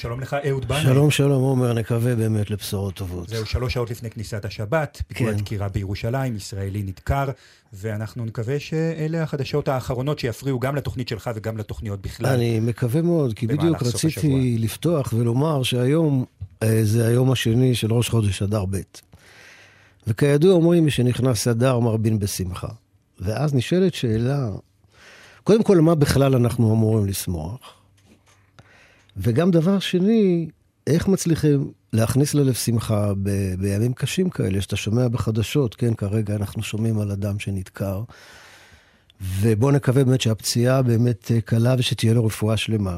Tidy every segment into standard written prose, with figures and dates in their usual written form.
שלום לך, אהוד בנאי. שלום, שלום, עומר, נקווה באמת לבשורות טובות. זהו 3 שעות לפני כניסת השבת, פיגוע דקירה בירושלים, ישראלי נדקר, ואנחנו נקווה שאלה החדשות האחרונות שיפריעו גם לתוכנית שלך וגם לתוכניות בכלל. אני מקווה מאוד, כי בדיוק רציתי לפתוח ולומר שהיום זה היום השני של ראש חודש אדר ב'. וכידוע אומרים שנכנס אדר מרבין בשמחה. ואז נשאלת שאלה, קודם כל, מה בכלל אנחנו אמורים לשמוח? וגם דבר שני, איך מצליחים להכניס ללב שמחה בימים קשים כאלה, שאתה שומע בחדשות, כן, כרגע אנחנו שומעים על אדם שנדקר, ובוא נקווה באמת שהפציעה באמת קלה ושתהיה לו רפואה שלמה.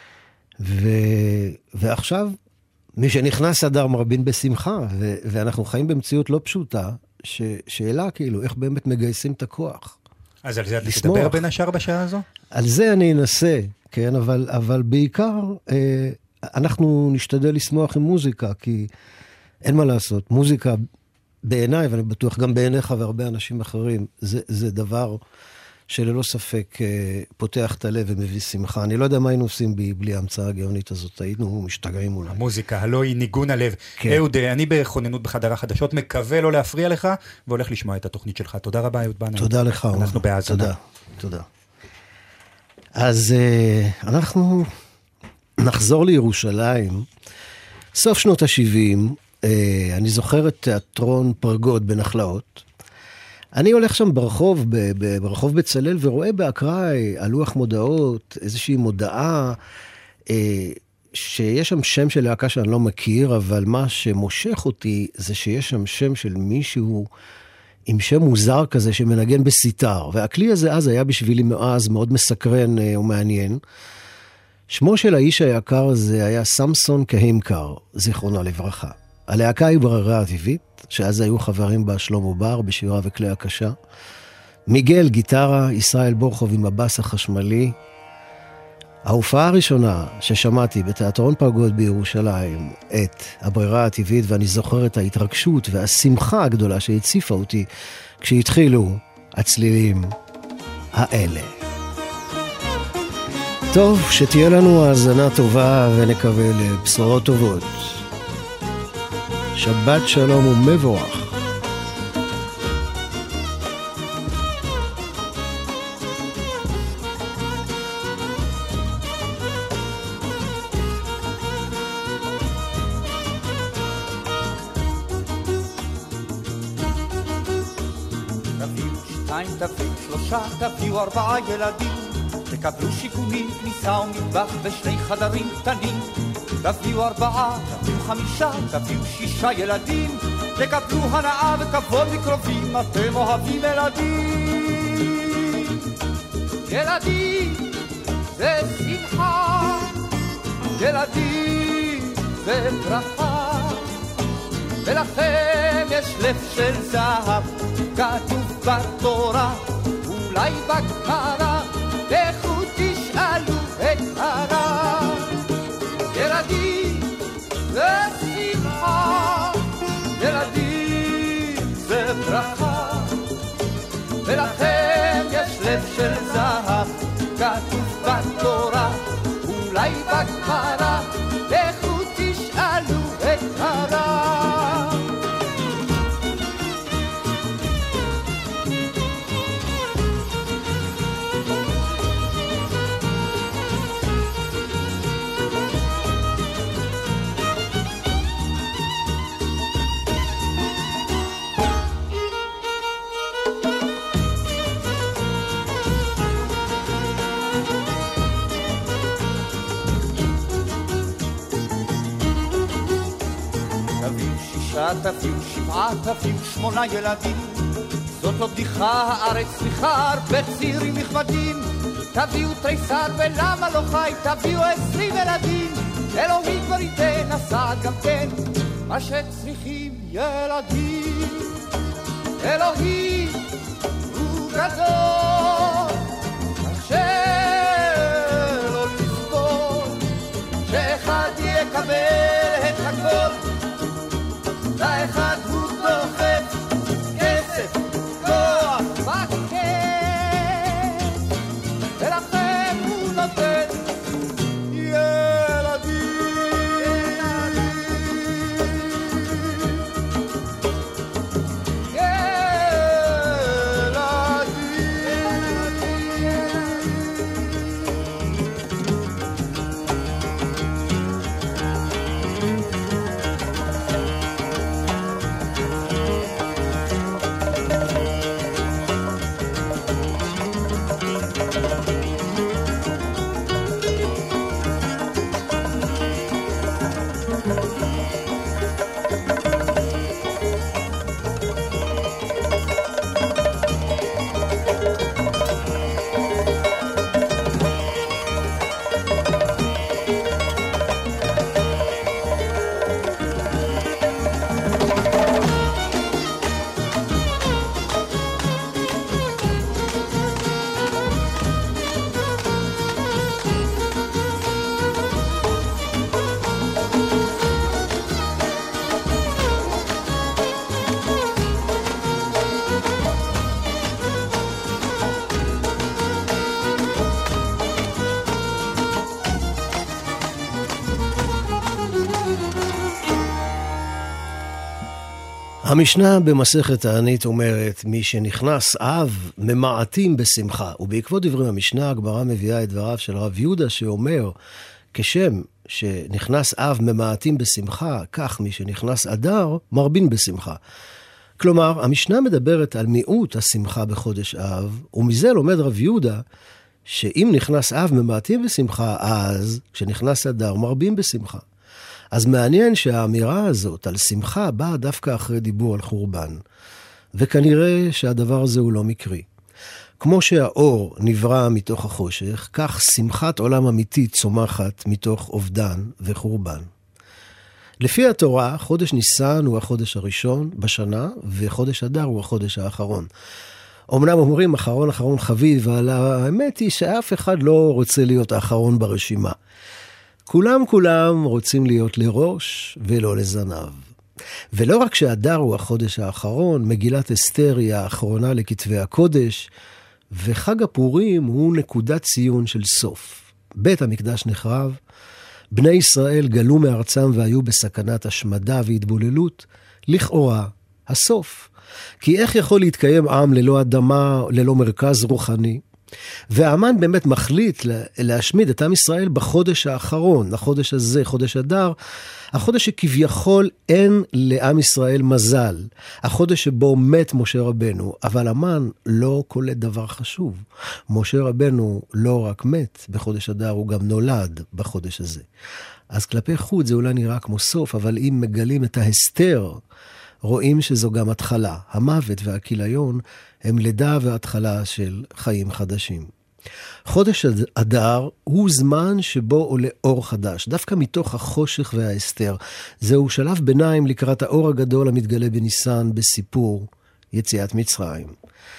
ועכשיו, מי שנכנס אדר מרבין בשמחה, ואנחנו חיים במציאות לא פשוטה, שאלה כאילו, איך באמת מגייסים את הכוח. אז על זה אתה תדבר בין השאר בשעה הזו? על זה אני אנסה, כן, אבל בעיקר אנחנו נשתדל לשמוח עם מוזיקה, כי אין מה לעשות. מוזיקה בעיניי, ואני בטוח גם בעיניך והרבה אנשים אחרים, זה דבר שללא ספק פותח את הלב ומביא שמחה. אני לא יודע מה היינו עושים בלי ההמצאה הגאונית הזאת, היינו משתגעים אולי. המוזיקה, הלא היא ניגון הלב. כן. אהוד, אני בכוננות בחדר החדשות, מקווה לא להפריע לך, והולך לשמוע את התוכנית שלך. תודה רבה, אהוד בנאי. תודה לך. אנחנו בהאזנה. תודה. אז אנחנו נחזור לירושלים. סוף שנות ה-70, אני זוכר את תיאטרון פרגוד בנחלאות. אני הולך שם ברחוב בצלאל, ורואה באקראי, על לוח מודעות, איזושהי מודעה, שיש שם שם של להקה שאני לא מכיר, אבל מה שמושך אותי, זה שיש שם שם של מישהו, עם שם מוזר כזה, שמנגן בסיטר. והכלי הזה אז היה בשבילי מאוד מסקרן ומעניין. שמו של האיש היקר הזה היה סמסון קהימקר, זיכרונו לברכה. הלהקה היא בררה הטבעית, שאז היו חברים בה שלמה בר בשירה וכלי הקשה. מיגל, גיטרה, ישראל בורחוב עם הבאס החשמלי. ההופעה הראשונה ששמעתי בתיאטרון פרגוד בירושלים את הברירה הטבעית, ואני זוכר את ההתרגשות והשמחה הגדולה שהציפה אותי כשהתחילו הצלילים האלה. טוב, שתהיה לנו האזנה טובה ונקווה לבשורות טובות. שבת שלום ומבורך. תביאו 3, תביאו 4 ילדים, תקבלו שיכונים, כניסה ומטבח ושני חדרים קטנים. תביאו 4, תביאו 5, תביאו 6 ילדים, תקבלו הנאה וכבוד מקרובים, אתם אוהבים ילדים. ילדים זה שמחה, ילדים זה ברכה, ולכם יש לב של זהב, כתוב בתורה, אולי בגמרא, לכו תשאלו את הרב. ילדים זה שמחה, ילדים זה ברכה, ולכם יש לב של זהב, כתוב בתורה, אולי בגמרא, לכו תשאלו את הרב. תביאו 7, תביאו 8 ילדים, זאת לא בדיחה, הארץ צריכה הרבה צעירים נכבדים. תביאו תריסר ולמה לא חי, תביאו 20 ילדים, אלוהים כבר ייתן, הסעד גם כן, מה שצריכים ילדים. אלוהים הוא גדול, קשה לא לסבול, שאחד יקבל את הכל, לאחד הוא דוחף כסף, כוח, וכן, ולכם הוא נותן ילדים. המשנה במסכת תענית אומרת, מי שנכנס אב ממעטים בשמחה. ובעקבות דברי המשנה, הגמרא מביאה את דבריו של רב יהודה שאומר, כשם שנכנס אב ממעטים בשמחה, כך מי שנכנס אדר מרבין בשמחה. כלומר, המשנה מדברת על מיעוט השמחה בחודש אב, ומזה לומד רב יהודה, שאם נכנס אב ממעטים בשמחה, אז כשנכנס אדר מרבים בשמחה. אז מעניין שהאמירה הזאת על שמחה באה דווקא אחרי דיבור על חורבן. וכנראה שהדבר הזה הוא לא מקרי. כמו שהאור נברא מתוך החושך, כך שמחת עולם אמיתית צומחת מתוך אובדן וחורבן. לפי התורה, חודש ניסן הוא החודש הראשון בשנה, וחודש אדר הוא החודש האחרון. אמנם אומרים אחרון חביב, אבל האמת היא שאף אחד לא רוצה להיות האחרון ברשימה. כולם רוצים להיות לראש ולא לזנב. ולא רק שאדר הוא החודש האחרון, מגילת אסתר היא האחרונה לכתבי הקודש, וחג הפורים הוא נקודת ציון של סוף. בית המקדש נחרב, בני ישראל גלו מארצם והיו בסכנת השמדה והתבוללות, לכאורה הסוף. כי איך יכול להתקיים עם ללא אדמה, ללא מרכז רוחני? והאמן באמת מחליט להשמיד את עם ישראל בחודש האחרון, החודש הזה, חודש אדר, החודש שכביכול אין לעם ישראל מזל, החודש שבו מת משה רבנו, אבל המן לא קולט דבר חשוב. משה רבנו לא רק מת בחודש אדר, הוא גם נולד בחודש הזה. אז כלפי חוץ זה אולי נראה כמו סוף, אבל אם מגלים את ההסתר, רואים שזו גם התחלה. המוות והכיליון הם לידה והתחלה של חיים חדשים. חודש אדר הוא זמן שבו עולה אור חדש, דווקא מתוך החושך וההסתר. זהו שלב ביניים לקראת האור הגדול המתגלה בניסן בסיפור יציאת מצרים.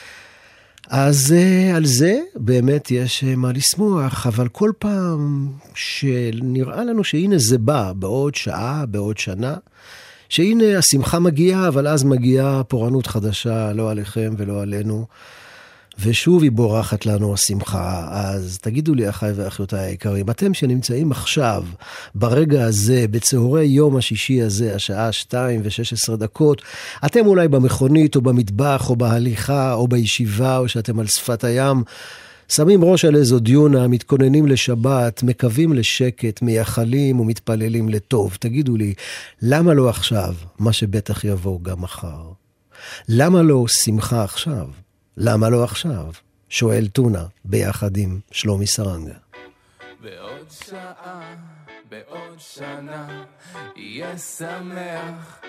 אז על זה באמת יש מה לשמוח, אבל כל פעם שנראה לנו שהנה זה בא, בעוד שעה, בעוד שנה, שהנה השמחה מגיעה, אבל אז מגיעה פורענות חדשה, לא עליכם ולא עלינו, ושוב היא בורחת לנו השמחה. אז תגידו לי, אחי ואחיותיי היקרים, אתם שנמצאים עכשיו, ברגע הזה, בצהרי יום השישי הזה, השעה 2:16, אתם אולי במכונית או במטבח או בהליכה או בישיבה, או שאתם על שפת הים, שמים ראש על איזו דיונה, מתכוננים לשבת, מקווים לשקט, מייחלים ומתפללים לטוב. תגידו לי, למה לא עכשיו, מה שבטח יבוא גם מחר? למה לא שמחה עכשיו? למה לא עכשיו? שואל טונה, ביחד עם שלומי סרנגה. בעוד שעה, בעוד שנה, יהיה שמח.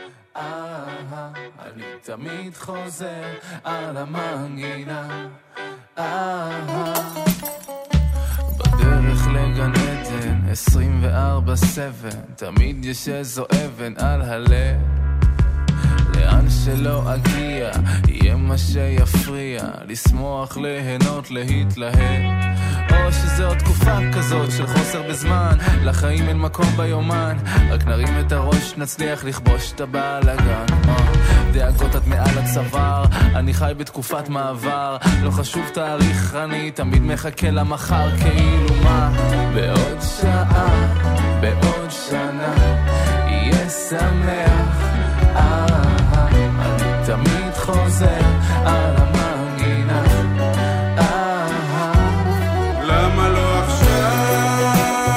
אני תמיד חוזר על המנגינה. בדרך לגן עדן 24/7, תמיד יש איזו אבן על הלב. לאן שלא אגיע, יהיה מה שיפריע, לשמוח, ליהנות, להתלהב. או שזו תקופה כזאת של חוסר בזמן, לחיים אין מקום ביומן, רק נרים את הראש, נצליח לכבוש את הבלגן. דאגות עד מעל הצוואר, אני חי בתקופת מעבר, לא חשוב תאריך, אני תמיד מחכה למחר, כאילו מה? בעוד שעה, בעוד שנה, יהיה שמח. אני תמיד חוזר על המנגינה. למה לא עכשיו?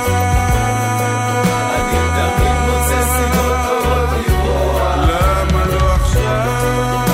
אני תמיד מוצא סיבות טובות לברוח. למה לא עכשיו?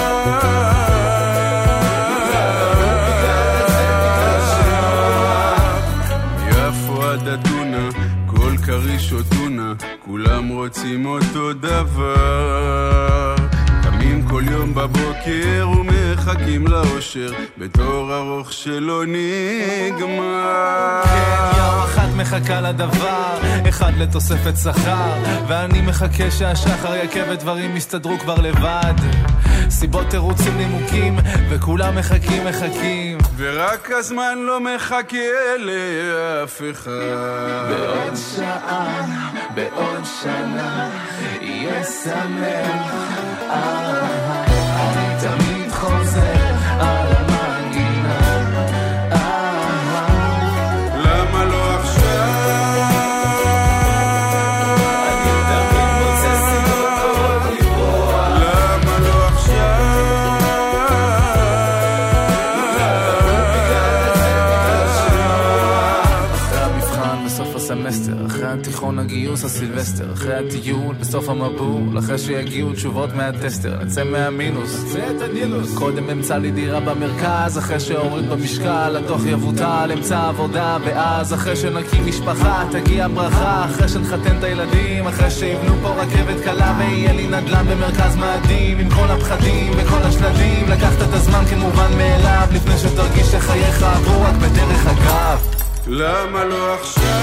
יפו עד אתונה, כל קריש או טונה, כולם רוצים אותו דבר. קמים כל יום בבוקר ומחכים לאושר בתור ארוך שלא נגמר. כן, יום אחת מחכה לדבר, אחד לתוספת שכר, ואני מחכה שהשחר יקה ודברים יסתדרו כבר לבד. סיבות, תירוצים, נימוקים, וכולם מחכים, ורק הזמן לא מחכה לאף אחד. בעוד שעה, בעוד שנה, יהיה שמח. אני תמיד חוזר על המנגינה. למה לא עכשיו? אני תמיד מוצא סיבות טובות לברוח. למה לא גיוס הסילבסטר, אחרי הטיול, בסוף המבול, אחרי שיגיעו תשובות מהטסטר, נצא מהמינוס, נצא את הנילוס. קודם אמצא לי דירה במרכז, אחרי שהוריד במשקל, התוך יבוטל, אמצא עבודה, ואז אחרי שנקים משפחה, תגיע ברכה, אחרי שנחתן את הילדים, אחרי שיבנו פה רכבת קלה, ויהיה לי נדל"ן במרכז מאדים, עם כל הפחדים וכל השלדים, לקחת את הזמן כמובן מאליו, לפני שתרגיש שחייך עברו רק בדרך אגב. למה לא עכשיו?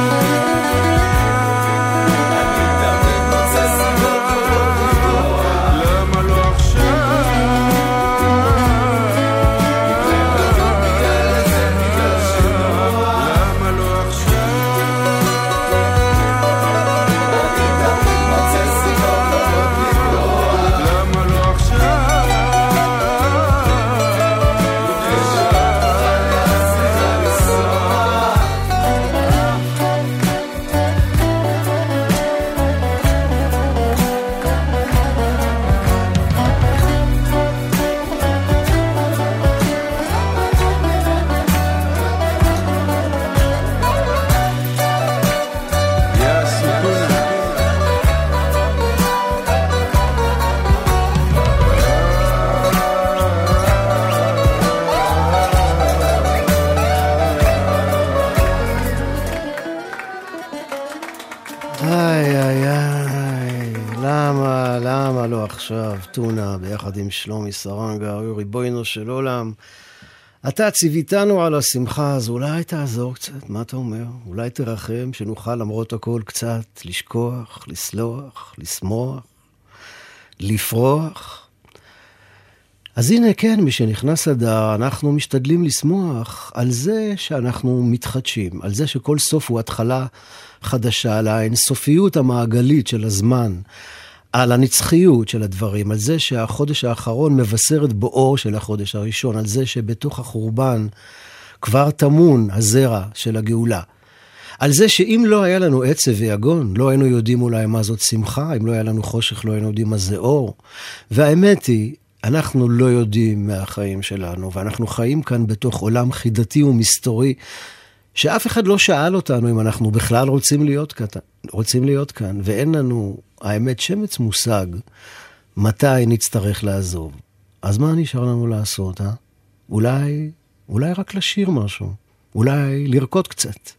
טונה ביחד עם שלומי סרנגה, אורי בוינו של עולם. אתה ציוויתנו על השמחה, אז אולי תעזור קצת, מה אתה אומר? אולי תרחם שנוכל למרות הכל קצת לשכוח, לסלוח, לשמוח, לפרוח. אז הנה כן, משנכנס אדר, אנחנו משתדלים לשמוח על זה שאנחנו מתחדשים, על זה שכל סוף הוא התחלה חדשה, על האינסופיות המעגלית של הזמן, על הנצחיות של הדברים, על זה שהחודש האחרון מבשר את בואו של החודש הראשון, על זה שבתוך החורבן כבר תמון הזרע של הגאולה, על זה שאם לא היה לנו עצב ויגון, לא היינו יודעים אולי מה זאת שמחה, אם לא היה לנו חושך לא היינו יודעים מה זה אור, והאמת היא, אנחנו לא יודעים מהחיים שלנו, ואנחנו חיים כאן בתוך עולם חידתי ומסתורי, שאף אחד לא שאל אותנו אם אנחנו בכלל רוצים להיות כאן, ואין לנו, האמת, שמץ מושג מתי נצטרך לעזוב. אז מה נשאר לנו לעשות, אולי רק לשיר משהו, אולי לרקוד קצת.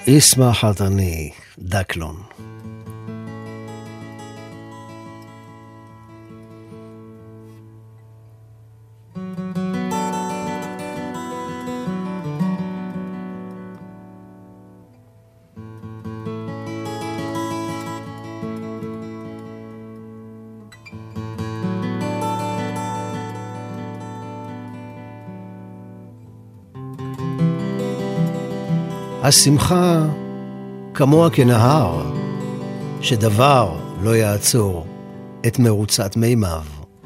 איסמה חתני, דקלון. השמחה כמוה כנהר, שדבר לא יעצור את מרוצת מימיו.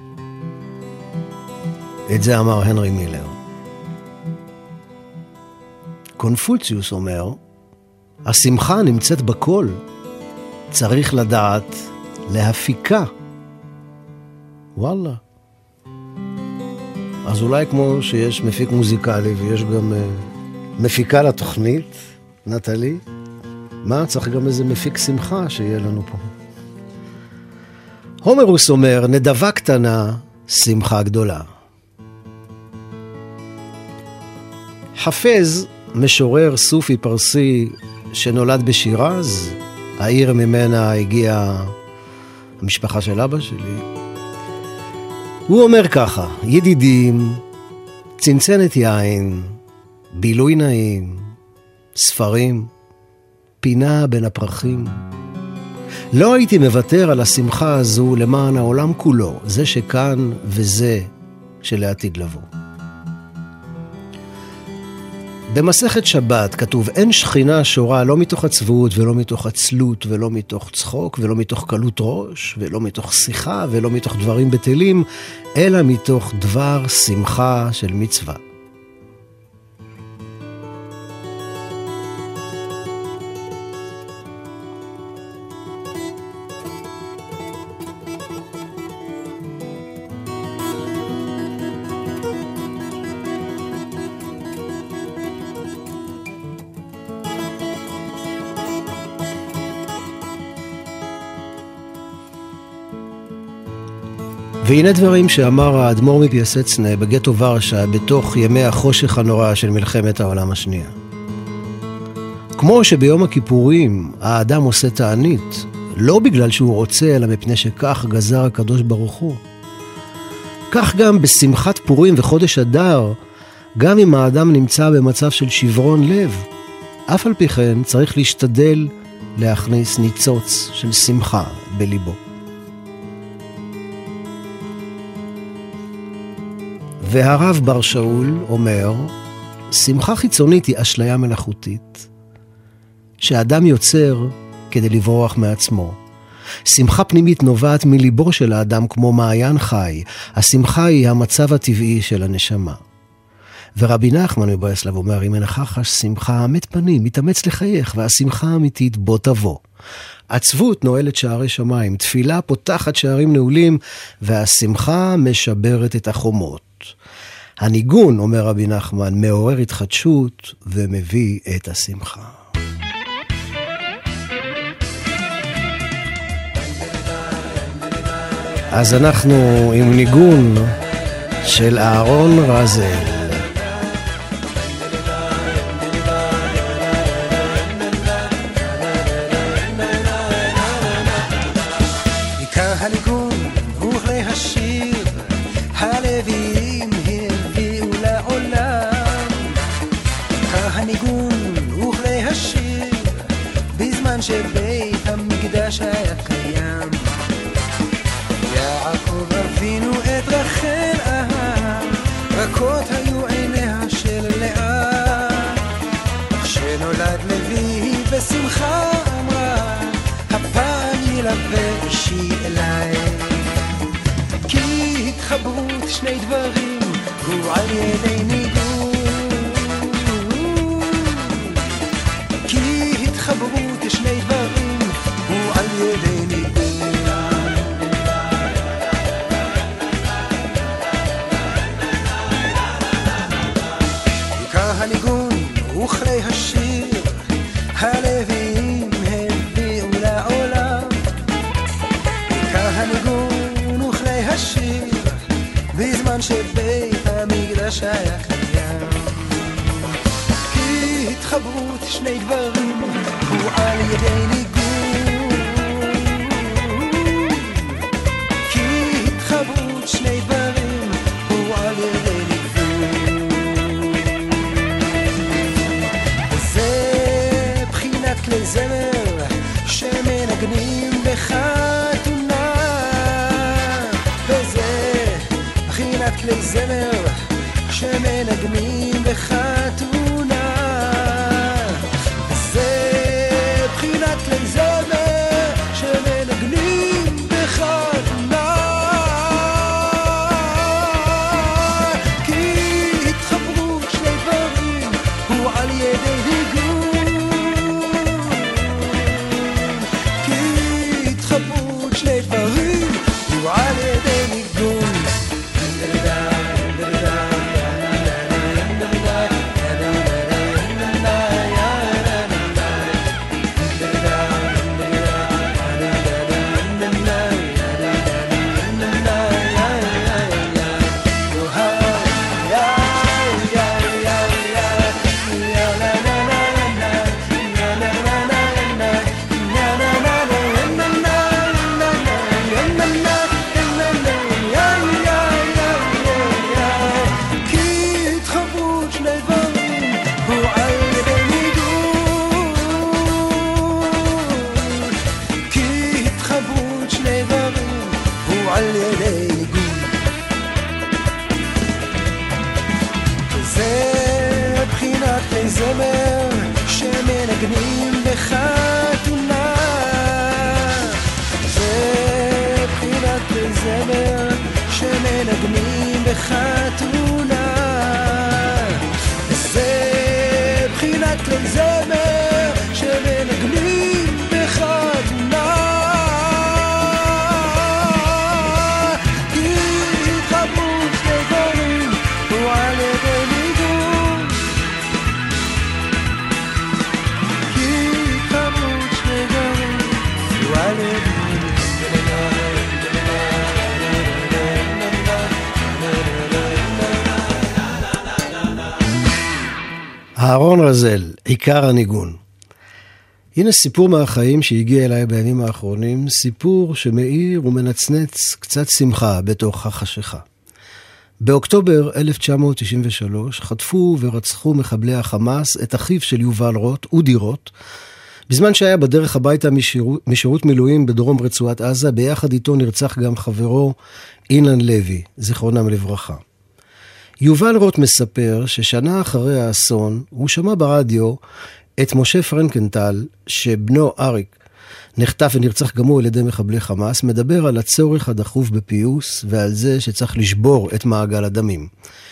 את זה אמר הנרי מילר. קונפוציוס אומר, השמחה נמצאת בכל, צריך לדעת להפיקה. וואלה. אז אולי כמו שיש מפיק מוזיקלי ויש גם מפיקה לתוכנית, נטלי, מה? צריך גם איזה מפיק שמחה שיהיה לנו פה. הומרוס אומר, נדבה קטנה, שמחה גדולה. חפז, משורר סופי פרסי שנולד בשירז, העיר ממנה הגיעה המשפחה של אבא שלי. הוא אומר ככה, ידידים, צנצנת יין, בילוי נעים, ספרים, פינה בין הפרחים. לא הייתי מוותר על השמחה הזו למען העולם כולו, זה שכאן וזה שלעתיד לבוא. במסכת שבת כתוב, אין שכינה שורה לא מתוך עצבות ולא מתוך עצלות ולא מתוך צחוק ולא מתוך קלות ראש ולא מתוך שיחה ולא מתוך דברים בטלים, אלא מתוך דבר שמחה של מצווה. והנה דברים שאמר האדמו"ר מפיאסצנה בגטו ורשה בתוך ימי החושך הנורא של מלחמת העולם השנייה. כמו שביום הכיפורים האדם עושה תענית, לא בגלל שהוא רוצה, אלא מפני שכך גזר הקדוש ברוך הוא. כך גם בשמחת פורים וחודש אדר, גם אם האדם נמצא במצב של שברון לב, אף על פי כן צריך להשתדל להכניס ניצוץ של שמחה בליבו. והרב בר שאול אומר, שמחה חיצונית היא אשליה מלאכותית, שאדם יוצר כדי לברוח מעצמו. שמחה פנימית נובעת מליבו של האדם כמו מעיין חי. השמחה היא המצב הטבעי של הנשמה. ורבי נחמן מברסלב אומר, אם אינך חש שמחה, עמת פנים, מתאמץ לחייך, והשמחה האמיתית בוא תבוא. עצבות נועלת שערי שמיים, תפילה פותחת שערים נעולים, והשמחה משברת את החומות. הניגון, אומר רבי נחמן, מעורר התחדשות ומביא את השמחה. אז אנחנו עם ניגון של אהרון רזל. עיקר הניגון הוא להשיר, הלוויים הביאו לעולם. עיקר הניגון הוא להשיר, בזמן שבית המקדש היה קיים. יעקב אבינו את רחל אהב, רכות היו עיניה של לאה. כשנולד לוי בשמחה אמרה, הפעם ילווה אישי אליי. כי התחברות שני דברים הוא על ידי ניגון. כי התחברות שני דברים הוא על ידי ניגון. הניגון וכלי השיר, הלוויים הביאו לעולם. עיקר הניגון וכלי השיר, בזמן שבית המקדש היה קיים. כי התחברות שני דברים הוא על ידי ניגון, כי התחברות שני דברים הוא על ידי ניגון. זה בחינת כלי זמר שמנגנים בחתונה, וזה בחינת כלי זמר שמנגנים בחתונה, זה בחינת כלי זמר שמנגנים בחתונה, כי התחברות שני דברים הוא על ידי ניגון, כי התחברות שני דברים הוא על ידי ניגון. זמר שמנגנים בחתונה, זה בחינת כלי זמר שמנגנים בחתונה, זה בחינת כלי זמר שמנגנים בחתונה, כי התחברות שני דברים הוא על ידי ניגון, אהרון רזל, עיקר הניגון. הנה סיפור מהחיים שהגיע אליי בימים האחרונים, סיפור שמאיר ומנצנץ קצת שמחה בתוך החשיכה. באוקטובר 1993 חטפו ורצחו מחבלי החמאס את אחיו של יובל רוט, אודי רוט, בזמן שהיה בדרך הביתה משירות מילואים בדרום רצועת עזה. ביחד איתו נרצח גם חברו אילן לוי, זיכרונם לברכה. יובל רוט מספר ששנה אחרי האסון הוא שמע ברדיו את משה פרנקנטל, שבנו אריק נחטף ונרצח גם הוא על ידי מחבלי חמאס, מדבר על הצורך הדחוף בפיוס ועל זה שצריך לשבור את מעגל הדמים.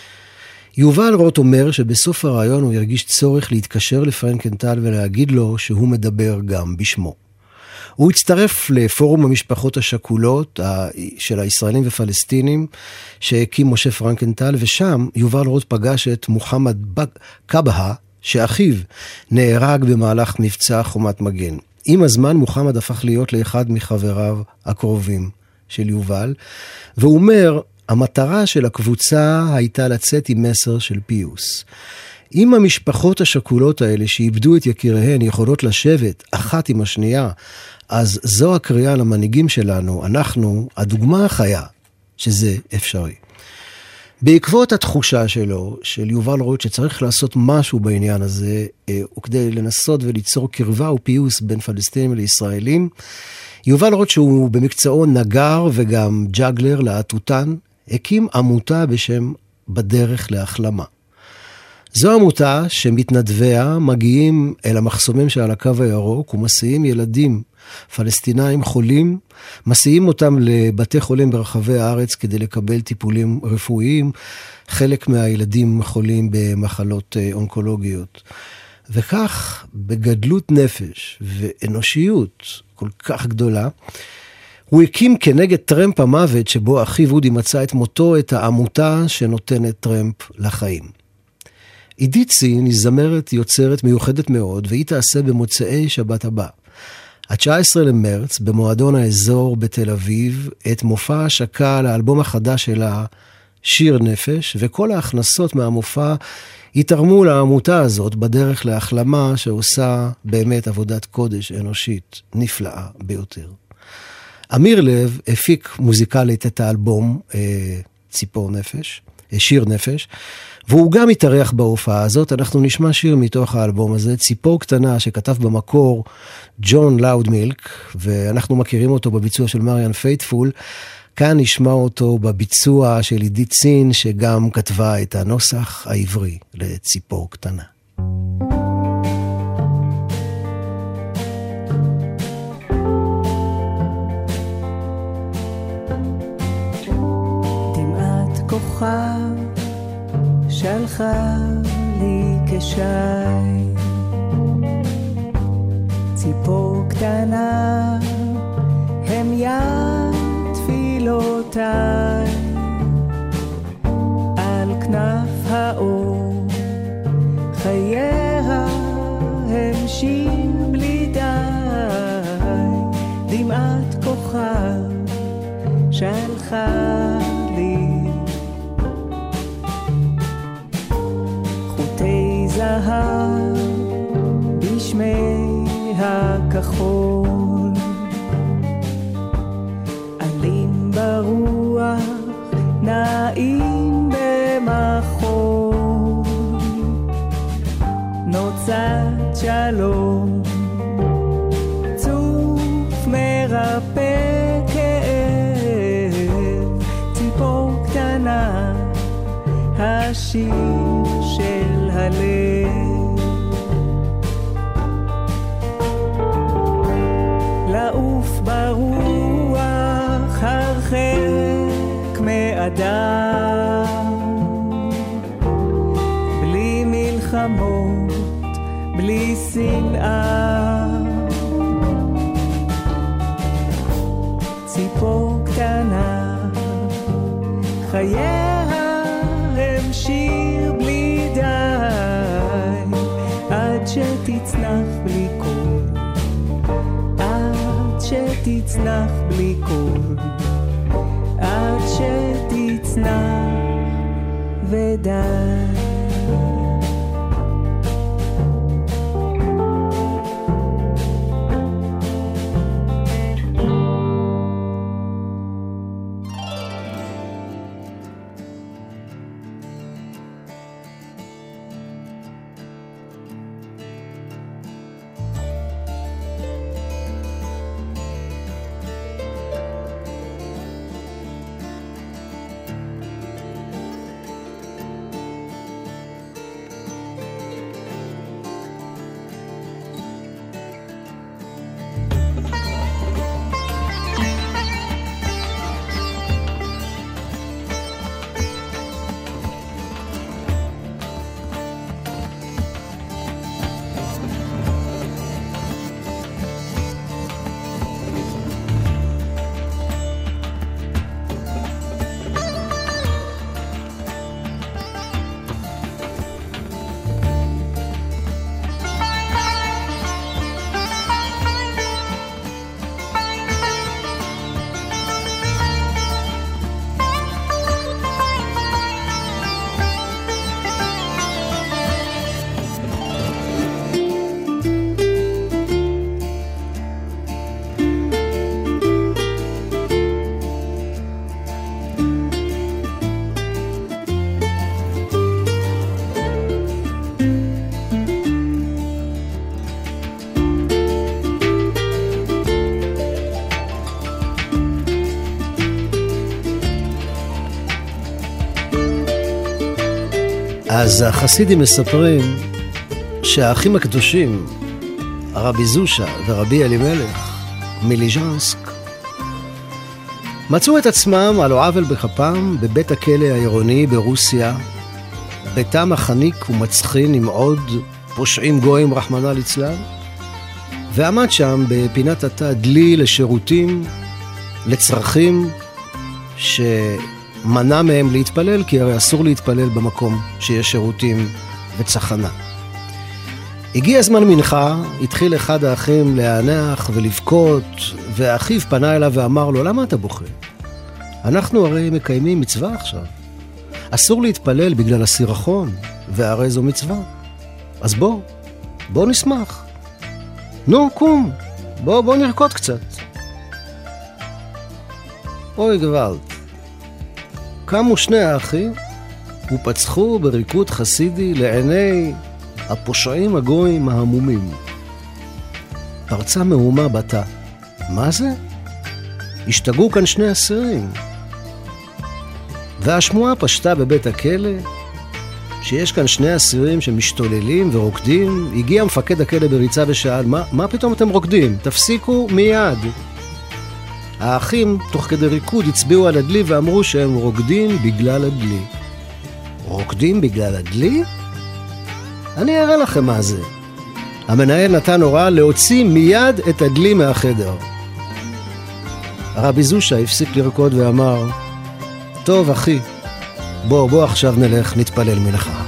יובל רוט אומר שבסוף הרעיון הוא ירגיש צורך להתקשר לפרנקנטל ולהגיד לו שהוא מדבר גם בשמו. הוא הצטרף לפורום המשפחות השכולות של הישראלים ופלסטינים שהקים משה פרנקנטל, ושם יובל רוט פגש את מוחמד קבהה, שאחיו נהרג במהלך מבצע חומת מגן. עם הזמן מוחמד הפך להיות לאחד מחבריו הקרובים של יובל, והוא אומר, המטרה של הקבוצה הייתה לצאת עם מסר של פיוס. אם המשפחות השכולות האלה שאיבדו את יקיריהן יכולות לשבת אחת עם השנייה, אז זו הקריאה למנהיגים שלנו, אנחנו הדוגמה החיה שזה אפשרי. בעקבות התחושה שלו, של יובל רוט, שצריך לעשות משהו בעניין הזה, וכדי לנסות וליצור קרבה ופיוס בין פלסטינים לישראלים, יובל רוט, שהוא במקצועו נגר וגם ג'אגלר להטוטן, הקים עמותה בשם בדרך להחלמה. זו עמותה שמתנדביה מגיעים אל המחסומים שעל הקו הירוק ומסיעים ילדים פלסטינאים חולים, מסיעים אותם לבתי חולים ברחבי הארץ כדי לקבל טיפולים רפואיים, חלק מהילדים חולים במחלות אונקולוגיות. וכך בגדלות נפש ואנושיות כל כך גדולה, הוא הקים כנגד טרמפ המוות שבו אחיו אודי מצא את מותו את העמותה שנותנת טרמפ לחיים. עידית צין היא זמרת יוצרת מיוחדת מאוד, והיא תעשה במוצאי שבת הבא, ה-19 למרץ, במועדון האזור בתל אביב, את מופע השקה לאלבום החדש שלה, שיר נפש, וכל ההכנסות מהמופע יתרמו לעמותה הזאת בדרך להחלמה שעושה באמת עבודת קודש אנושית נפלאה ביותר. אמיר לב הפיק מוזיקלית את האלבום ציפור נפש, שיר נפש, והוא גם התארח בהופעה הזאת. אנחנו נשמע שיר מתוך האלבום הזה, ציפור קטנה, שכתב במקור ג'ון לאודמילק, ואנחנו מכירים אותו בביצוע של מריאן פייטפול. כאן נשמע אותו בביצוע של עידית צין, שגם כתבה את הנוסח העברי לציפור קטנה. דמעת כוכב שלחה לי כשי, ציפור קטנה הם יד תפילותיי, על כנף האור חייה הם שיר בלי די, דמעת כוכב שלחה לי, חוטי זהב בשמי הכחול, עלים ברוח נעים במחול, נוצת שלום צוף מרפא כאב, ציפור קטנה השיר של הלב, לעוף ברוח הרחק מאדם, בלי מלחמות, בלי שנאה, ציפור קטנה חייה הם שיר בלי די, עד שתצנח בלי קול, עד שתצנח בלי קול, עד שתצנח ודי. אז החסידים מספרים שהאחים הקדושים, הרבי זושה ורבי אלימלך מליז'נסק, מצאו את עצמם על לא עוול בכפם בבית הכלא העירוני ברוסיה, ביתם החניק ומצחין עם עוד פושעים גויים רחמנא ליצלן, ועמד שם בפינת התא דלי לשירותים, לצרכים שמנע מהם להתפלל, כי הרי אסור להתפלל במקום שיש שירותים וצחנה. הגיע זמן מנחה, התחיל אחד האחים להענח ולבכות, והאחיו פנה אליו ואמר לו, למה אתה בוכה? אנחנו הרי מקיימים מצווה עכשיו. אסור להתפלל בגלל הסירחון, והרי זו מצווה. אז בוא נשמח. נו, קום, בוא נרקוד קצת. אוי גוואלד. קמו שני האחים ופצחו בריקוד חסידי לעיני הפושעים הגויים ההמומים. פרצה מהומה בתה. מה זה? השתגעו כאן שני אסירים. והשמועה פשטה בבית הכלא שיש כאן שני אסירים שמשתוללים ורוקדים. הגיע מפקד הכלא בריצה ושאל, מה פתאום אתם רוקדים? תפסיקו מיד. האחים תוך כדי ריקוד הצביעו על הדלי ואמרו שהם רוקדים בגלל הדלי. רוקדים בגלל הדלי? אני אראה לכם מה זה. המנהל נתן הוראה להוציא מיד את הדלי מהחדר. הרבי זושה הפסיק לרקוד ואמר, טוב אחי, בוא עכשיו נלך נתפלל מנחה.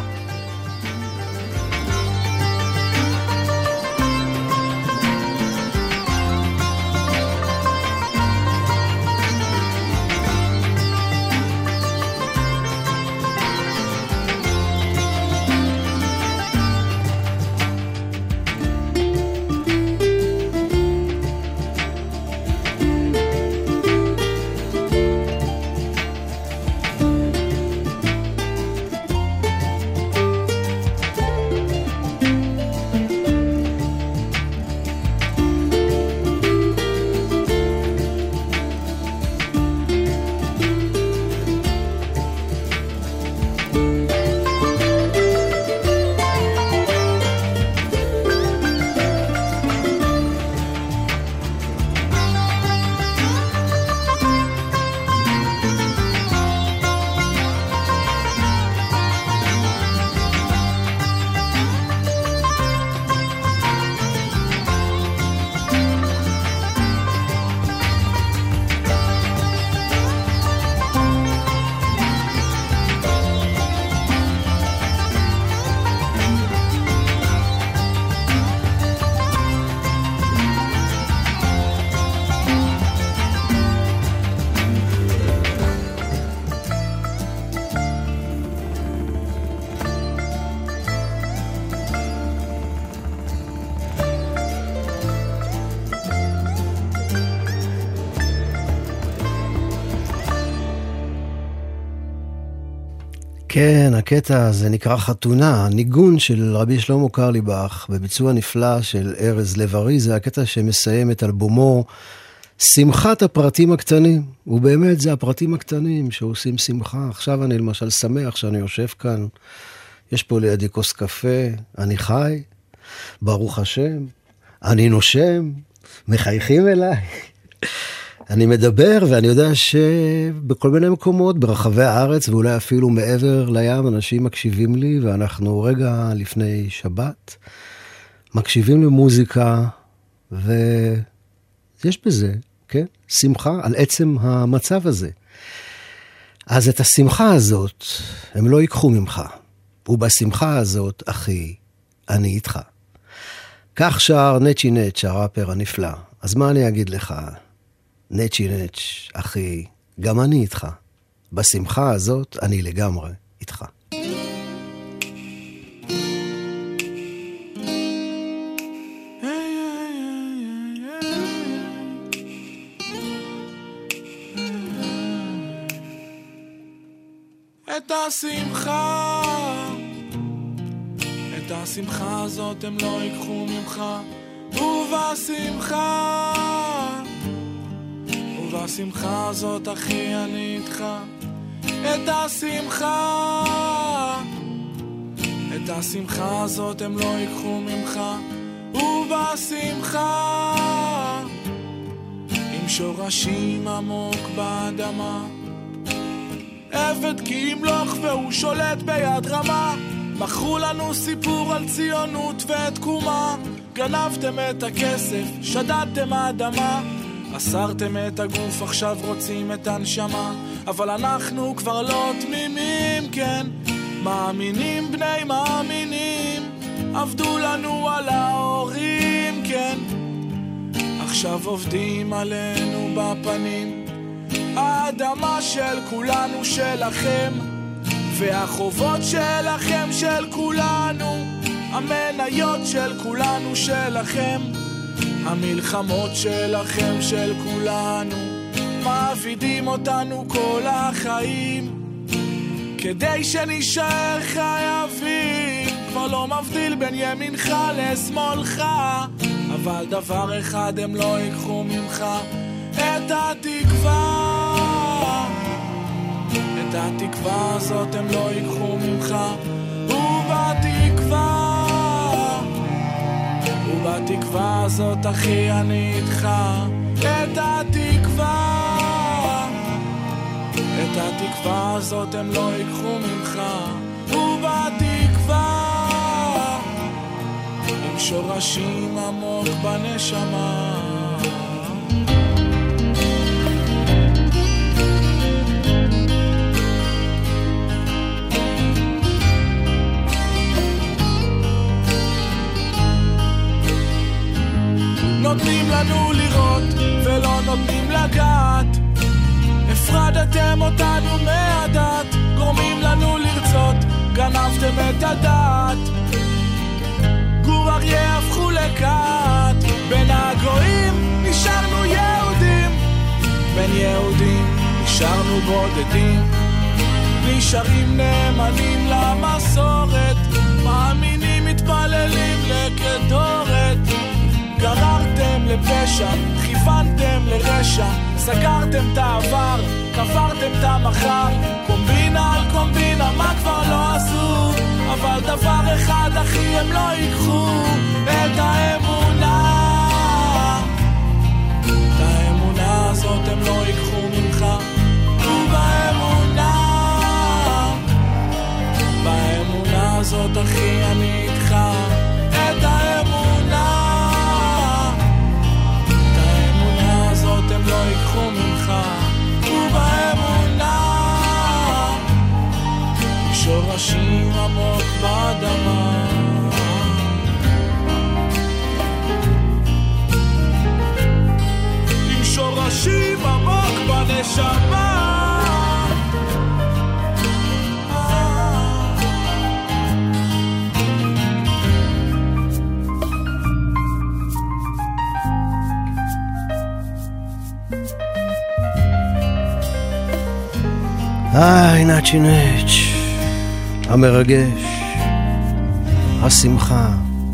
כן, הקטע הזה נקרא חתונה, ניגון של רבי שלמה קרליבך, בביצוע נפלא של ארז לב-ארי, זה הקטע שמסיים את אלבומו שמחת הפרטים הקטנים, ובאמת זה הפרטים הקטנים שעושים שמחה. עכשיו אני למשל שמח שאני יושב כאן, יש פה לידי כוס קפה, אני חי, ברוך השם, אני נושם, מחייכים אליי. אני מדבר ואני יודע שבכל מיני מקומות ברחבי הארץ ואולי אפילו מעבר לים אנשים מקשיבים לי, ואנחנו רגע לפני שבת מקשיבים למוזיקה ויש בזה, כן? שמחה על עצם המצב הזה. אז את השמחה הזאת הם לא ייקחו ממך, ובשמחה הזאת אחי אני איתך. כך שר נצ'י נץ' הראפר הנפלא. אז מה אני אגיד לך? נצ'י נץ', אחי, גם אני איתך. בשמחה הזאת אני לגמרי איתך. את השמחה הזאת הם לא ייקחו ממך, ובשמחה הזאת אחי אני איתך. את השמחה הזאת הם לא ייקחו ממך, ובשמחה עם שורשים עמוק באדמה. עבד כי ימלוך והוא שולט ביד רמה, מכרו לנו סיפור על ציונות ותקומה. גנבתם את הכסף, שדדתם האדמה, אסרתם את הגוף, עכשיו רוצים את הנשמה. אבל אנחנו כבר לא תמימים, כן, מאמינים בני מאמינים, עבדו לנו על ההורים, כן, עכשיו עובדים עלינו בפנים. האדמה של כולנו שלכם, והחובות שלכם של כולנו, המניות של כולנו שלכם, המלחמות שלכם של כולנו, מעבידים אותנו כל החיים כדי שנשאר חייבים. כבר לא מבדיל בין ימינך לשמאלך, אבל דבר אחד הם לא ייקחו ממך, את התקווה. את התקווה הזאת הם לא ייקחו ממך, ובתקווה הזאת אחי אני איתך. את התקווה הזאת הם לא ייקחו ממך, ובתקווה עם שורשים עמוק בנשמה. נותנים לנו לראות ולא נותנים לגעת, הפרדתם אותנו מהדת, גורמים לנו לרצות, גנבתם את הדעת. גור אריה הפכו לקט, בין הגויים נשארנו יהודים, בין יהודים נשארנו בודדים, נשארים נאמנים למסורת, מאמינים מתפללים לכדורת. גררתם לפשע, כיוונתם לרשע, סגרתם את העבר, קברתם את המחר. קומבינה על קומבינה, מה כבר לא עשו, אבל דבר אחד אחי הם לא ייקחו, את האמונה. את האמונה הזאת הם לא ייקחו ממך, ובאמונה, באמונה הזאת אחי אני איתך. את האמונה, הם לא ייקחו ממך, ובאמונה שורשים עמוק באדמה. עם שורשים עמוק בנשמה. נאצ'י נאץ', המרגש, השמחה.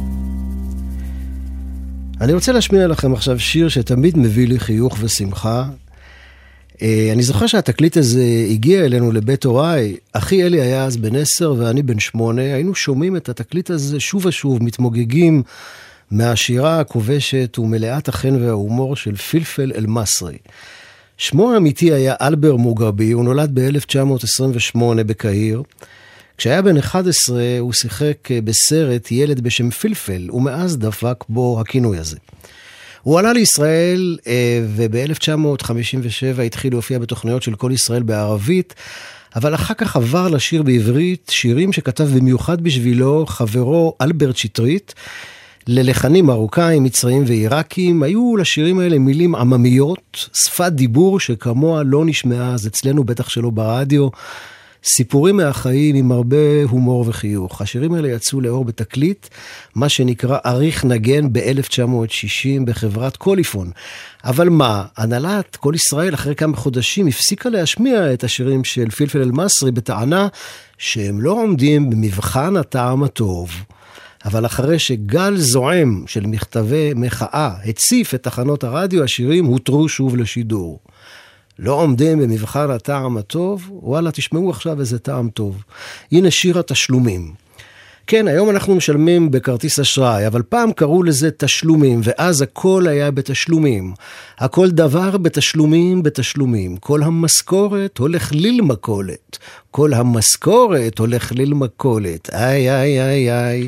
אני רוצה להשמיע לכם עכשיו שיר שתמיד מביא לי חיוך ושמחה. אני זוכר שהתקליט הזה הגיע אלינו לבית הוריי. אחי אלי היה אז בן 10 ואני בן 8. היינו שומעים את התקליט הזה שוב ושוב, מתמוגגים מהשירה הכובשת ומלאת החן וההומור של פלפל אל-מסרי. שמו האמיתי היה אלבר מוגרבי, הוא נולד ב-1928 בקהיר. כשהיה בן 11 הוא שיחק בסרט ילד בשם פלפל, ומאז דפק בו הכינוי הזה. הוא עלה לישראל וב-1957 התחיל להופיע בתוכניות של כל ישראל בערבית, אבל אחר כך עבר לשיר בעברית, שירים שכתב במיוחד בשבילו חברו אלברט שטרית, ללחנים מרוקאים, מצריים ועיראקים. היו לשירים האלה מילים עממיות, שפת דיבור שכמוה לא נשמעה אז אצלנו, בטח שלא ברדיו, סיפורים מהחיים עם הרבה הומור וחיוך. השירים האלה יצאו לאור בתקליט, מה שנקרא אריך נגן ב-1960 בחברת קוליפון. אבל מה, הנהלת כל ישראל אחרי כמה חודשים הפסיקה להשמיע את השירים של פלפל אל-מסרי בטענה שהם לא עומדים במבחן הטעם הטוב. אבל אחרי שגל זועם של מכתבי מחאה הציף את תחנות הרדיו, השירים הותרו שוב לשידור. לא עומדים במבחן הטעם הטוב, וואלה, תשמעו עכשיו איזה טעם טוב. הנה שיר התשלומים. כן, היום אנחנו משלמים בכרטיס אשראי, אבל פעם קראו לזה תשלומים, ואז הכל היה בתשלומים. הכל דבר בתשלומים בתשלומים. כל המשכורת הולך ליל מקולת. כל המשכורת הולך ליל מקולת. איי, איי, איי, איי,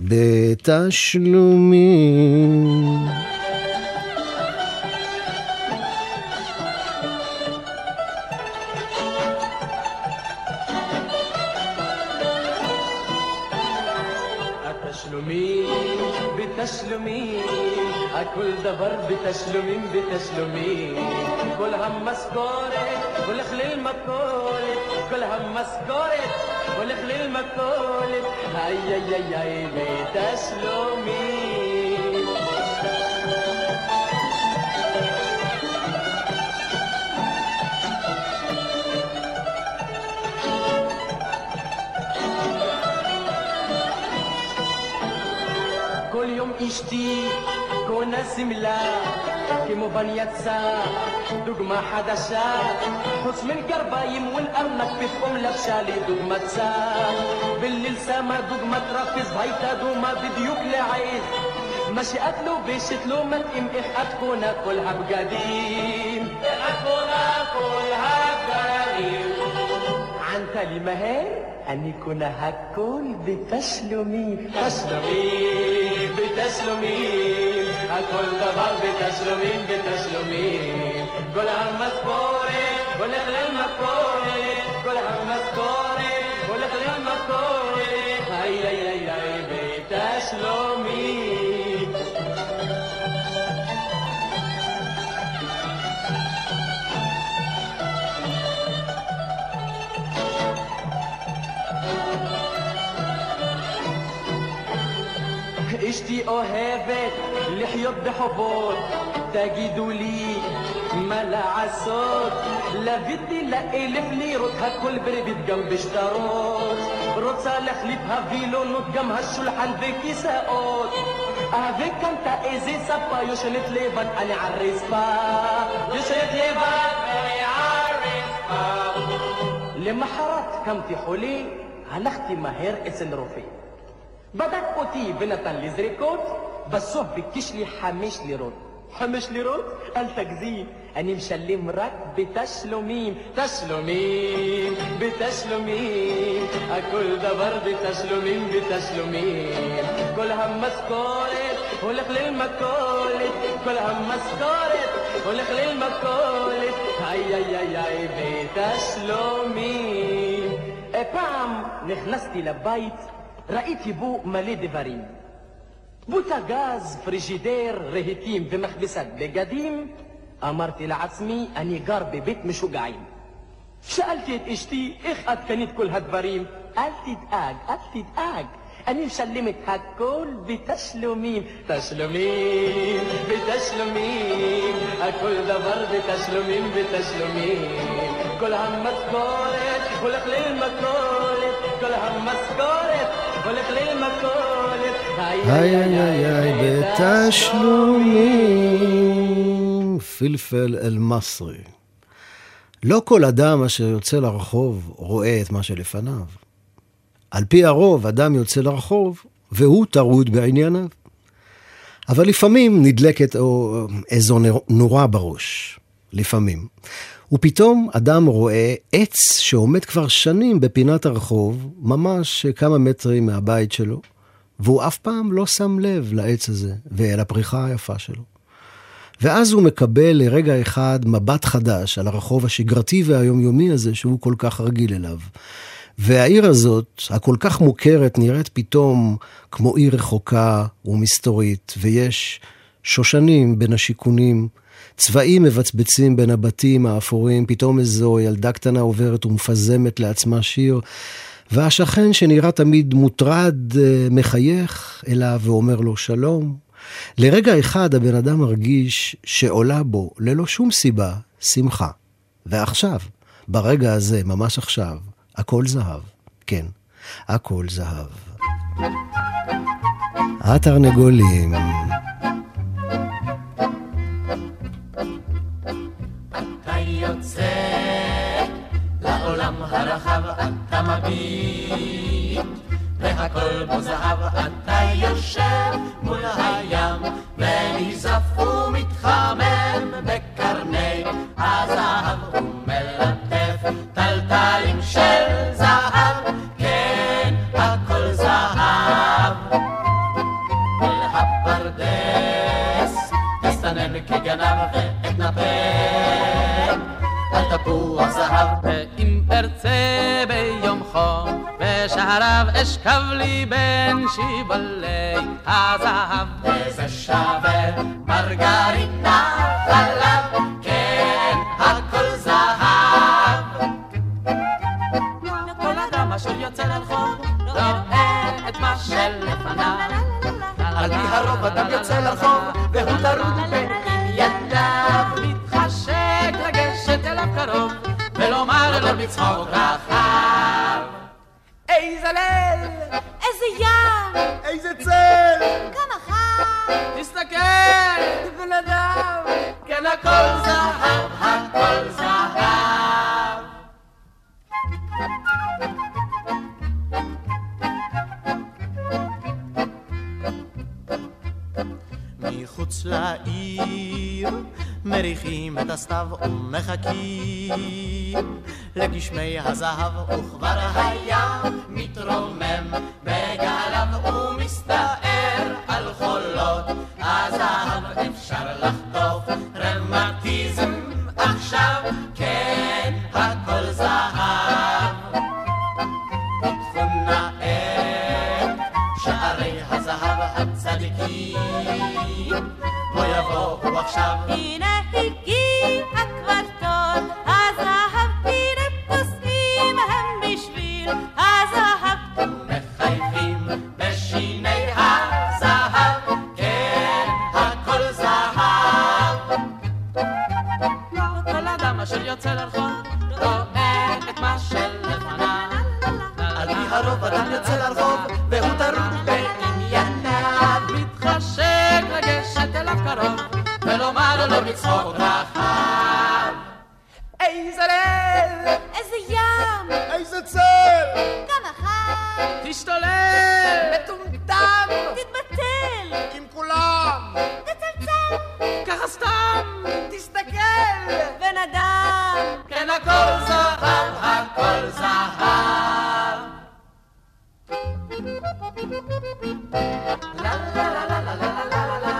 בתשלומים. בתשלומים, בתשלומים, הכל דבר בתשלומים, בתשלומים. כל המשכורת הולך ללמכולת, כל המשכורת הולך ללמכולת, איי איי איי איי בתשלומים. כל יום אשתי קונה סמלה כמו בן יצא דוגמה חדשה חוץ מן גרביים ולארנק פתאום לבשה לי דוגמצה בליל שמה דוגמת רפז והייתה דומה בדיוק לעיד מה שאת לובשת לא מתאים איך את קונה כל הבגדים איך את קונה כל הבגדים ענתה לי מהר אני קונה הכל בתשלומים תשלומים בתשלומים הכל דבר בתשלומים בתשלומים כל המשכורת הולך למכולת כל המשכורת הולך למכולת איי איי איי איי בתשלומים אשתי אוהבת לחיות בחובות תגידו לי מה לעשות לביתי לאלף לירות הכל בריבית גם בשטרות רוצה להחליף הווילונות גם השולחן וכיסאות וקנתה איזה ספה יושנת לבד אני על רצפה יושנת לבד אני על רצפה למחרת קמתי חולי הלכתי מהר אצל רופא בדק אותי ונתן לי זריקות בסוף ביקש לי 5 לירות 5 לירות? אל תגזים אני משלם רק בתשלומים תשלומים בתשלומים הכל דבר בתשלומים בתשלומים כל המשכורת הולך ללמכולת כל המשכורת הולך ללמכולת איי איי איי איי בתשלומים פעם נכנסתי לבית ראיתי בו מלא דברים בוטגז, פריג'ידר, רהיטים ומכבסת בגדים אמרתי לעצמי אני גר בבית משוגעים שאלתי את אשתי איך את קנית כל הדברים אל תדאג, אל תדאג אני משלמת הכל בתשלומים תשלומים, בתשלומים הכל דבר בתשלומים, בתשלומים כל המשכורת הולך למכולת כל המשכורת הולך למכולת איי איי איי איי בתשלומים פלפל אל-מסרי. לא כל אדם אשר יוצא לרחוב רואה את מה שלפניו. על פי הרוב אדם יוצא לרחוב והוא טרוד בענייניו. אבל לפעמים נדלקת איזו נורה בראש. לפעמים. ופתאום אדם רואה עץ שעומד כבר שנים בפינת הרחוב, ממש כמה מטרים מהבית שלו, והוא אף פעם לא שם לב לעץ הזה ואל הפריחה היפה שלו. ואז הוא מקבל לרגע אחד מבט חדש על הרחוב השגרתי והיומיומי הזה שהוא כל כך רגיל אליו. והעיר הזאת, הכל כך מוכרת, נראית פתאום כמו עיר רחוקה ומסתורית, ויש שושנים בין השיכונים, צבעים מבצבצים בין הבתים האפורים, פתאום איזו ילדה קטנה עוברת ומפזמת לעצמה שיר, והשכן שנראה תמיד מוטרד מחייך אליו ואומר לו שלום. לרגע אחד הבן אדם מרגיש שעולה בו ללא שום סיבה שמחה. ועכשיו, ברגע הזה, ממש עכשיו, הכל זהב. כן, הכל זהב. התרנגולים. אתה יוצא לעולם הרחב, אתה מביט והכל בו זהב, אתה יושב מול הים ונזף ומתחמם בקרני הזהב ומלטף טלטלים של זהב, כן הכל זהב. אל הפרדס תסתנן כגנב ואתנפק על תפוח זהב. ואם ארצה ביום חום בשעריו אשכב לי בין שיבולי הזהב. איזה שווה מרגרינה חלב, כן הכל זהב. כל אדם אשר יוצא לרחוב רואה את מה שלפניו. על פי הרוב אדם יוצא לרחוב והוא טרוד בענייניו. מתחשק לגשת אליו קרוב ולומר לו בצחוק רחב. איזה ליל, איזה ים, איזה צל, כמה חם. תסתכל, בן אדם, כן הכל זהב, הכל זהב. מחוץ לעיר מריחים את הסתיו ומחכים לגשמי הזהב, וכבר היה מתרומם בגליו ומסתער על חולות הזהב. אפשר לחטוף רמטיזם עכשיו, כן הכל זהב. פתחו נא את שערי הזהב הצדיקים, בוא יבואו עכשיו. הנה הגיע כבר תור הזהב, הנה פוסעים הם בשביל הזהב. ומחייכים בשיני הזהב, כן הכל זהב. כל אדם אשר יוצא לרחוב רואה את מה שלפניו. על פי הרוב אדם יוצא לרחוב והוא טרוד בענייניו. מתחשק לגשת אליו קרוב ולומר לו בצחוק רחב. איזה ליל, איזה ים, איזה צל, כמה חם. תשתולל, מטומטם, תתבטל, עם כולם, תצלצל, ככה סתם, תסתכל, בן אדם, כן הכל זהב, הכל זהב. לה לה לה לה לה לה לה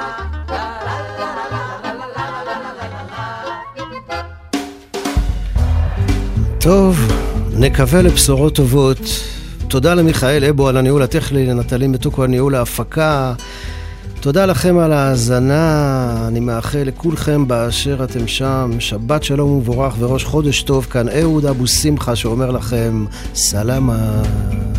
טוב, נקווה לבשורות טובות. תודה למיכאל אבו על הניהול הטכני, לנטלי מתוקו על ניהול ההפקה. תודה לכם על ההאזנה. אני מאחל לכולכם באשר אתם שם שבת שלום ומבורך וראש חודש טוב. כאן אהוד אבו שמחה שאומר לכם סלמה.